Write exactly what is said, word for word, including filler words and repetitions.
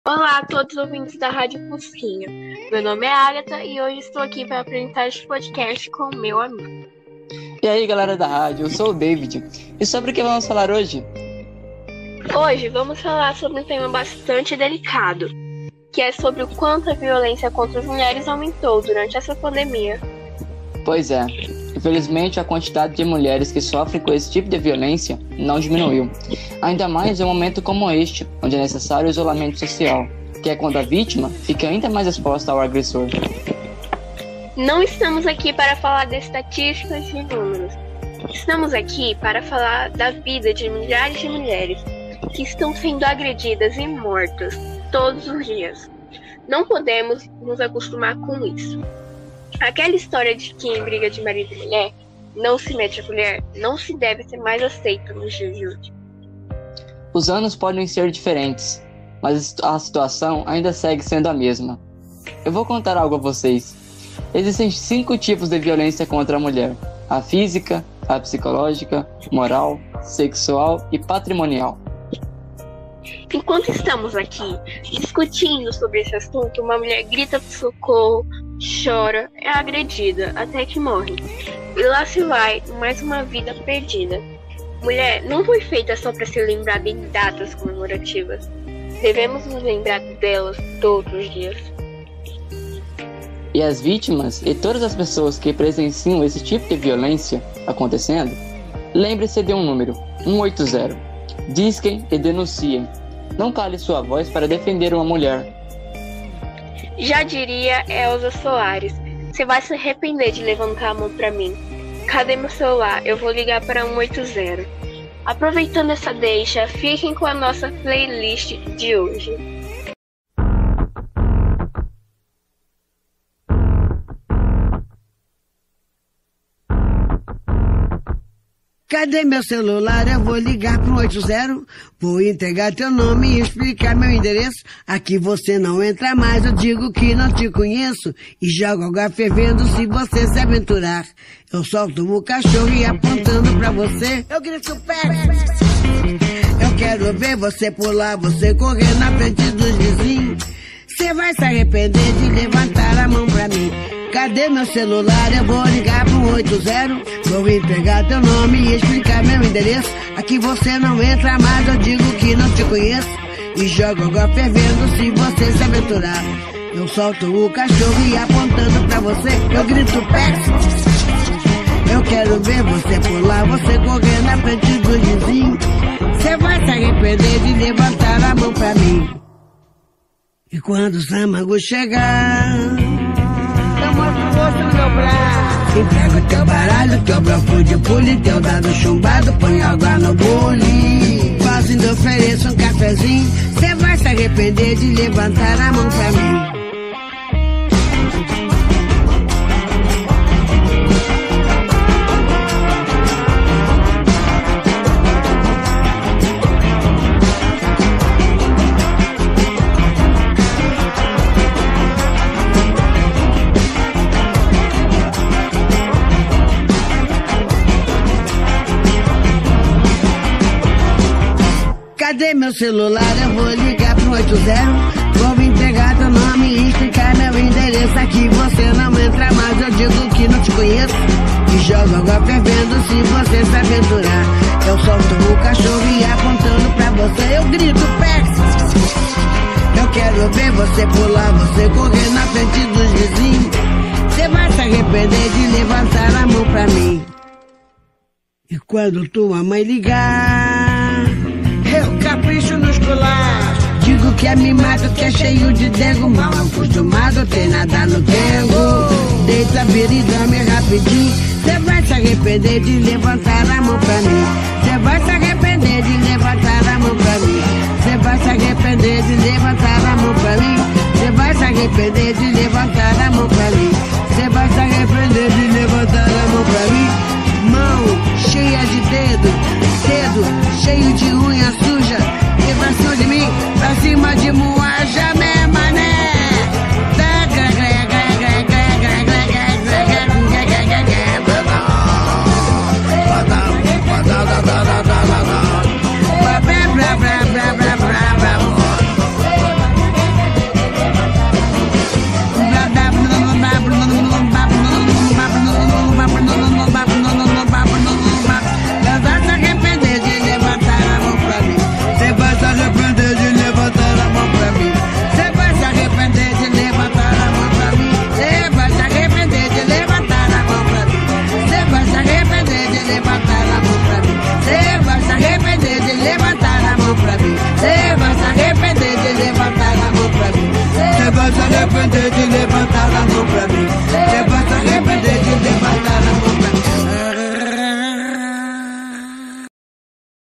Olá a todos os ouvintes da Rádio Fusquinha. Meu nome é Agatha e hoje estou aqui para apresentar este podcast com o meu amigo. E aí, galera da rádio, eu sou o David. E sobre o que vamos falar hoje? Hoje vamos falar sobre um tema bastante delicado, que é sobre o quanto a violência contra as mulheres aumentou durante essa pandemia. Pois é, infelizmente a quantidade de mulheres que sofrem com esse tipo de violência não diminuiu. Ainda mais em um momento como este, onde é necessário o isolamento social, que é quando a vítima fica ainda mais exposta ao agressor. Não estamos aqui para falar de estatísticas e números. Estamos aqui para falar da vida de milhares de mulheres que estão sendo agredidas e mortas todos os dias. Não podemos nos acostumar com isso. Aquela história de que em briga de marido e mulher não se mete a colher não se deve ser mais aceita nos dias de hoje. Os anos podem ser diferentes, mas a situação ainda segue sendo a mesma. Eu vou contar algo a vocês. Existem cinco tipos de violência contra a mulher: a física, a psicológica, moral, sexual e patrimonial. Enquanto estamos aqui discutindo sobre esse assunto, uma mulher grita por socorro, chora, é agredida até que morre. E lá se vai mais uma vida perdida. Mulher não foi feita só para ser lembrada em datas comemorativas. Devemos nos lembrar delas todos os dias. E as vítimas e todas as pessoas que presenciam esse tipo de violência acontecendo, lembre-se de um número, um oito zero. Disquem e denunciem. Não cale sua voz para defender uma mulher. Já diria Elza Soares, você vai se arrepender de levantar a mão para mim. Cadê meu celular? Eu vou ligar para um oito zero. Aproveitando essa deixa, fiquem com a nossa playlist de hoje. Cadê meu celular? Eu vou ligar pro um oito zero. Vou entregar teu nome e explicar meu endereço. Aqui você não entra mais, eu digo que não te conheço. E jogo água fervendo se você se aventurar. Eu solto o cachorro e apontando pra você, eu grito pega. Eu quero ver você pular, você correr na frente dos vizinhos. Você vai se arrepender de levantar a mão pra mim. Cadê meu celular? Eu vou ligar pro um oito zero. Vou entregar teu nome e explicar meu endereço. Aqui você não entra mais, eu digo que não te conheço. E jogo água fervendo se você se aventurar. Eu solto o cachorro e apontando pra você, eu grito pega. Eu quero ver você pular, você correr na frente do vizinho. Você vai se arrepender de levantar a mão pra mim. E quando o Samango chegar, eu mostro o rosto no meu braço. Entrego teu baralho, teu bloco de pule, teu dado chumbado, põe água no bule. Fazendo ofereço um cafezinho, cê vai se arrepender de levantar a mão pra mim. Cadê meu celular? Eu vou ligar pro um oito zero. Vou entregar teu nome e explicar meu endereço. Aqui você não entra mais, eu digo que não te conheço. E jogo água fervendo se você se aventurar. Eu solto o cachorro e apontando pra você, eu grito pega. Eu quero ver você pular, você correr na frente dos vizinhos. Você vai se arrepender de levantar a mão pra mim. E quando tua mãe ligar, eu capricho nos culachos. Digo que é mimado, que é cheio de dengo. Mal acostumado, tem nada no dengo. Deita, vira e dorme rapidinho. Cê vai se arrepender de levantar a mão pra mim. Cê vai se arrepender de levantar a mão pra mim. Cê vai se arrepender de levantar a mão pra mim. Cê vai se arrepender de levantar a mão pra mim. Cê vai se arrepender de levantar a mão pra mim. Mão cheia de dedo, dedo cheio de unha suja. E pra cima de mim, pra cima de moaja, né, mané? depender de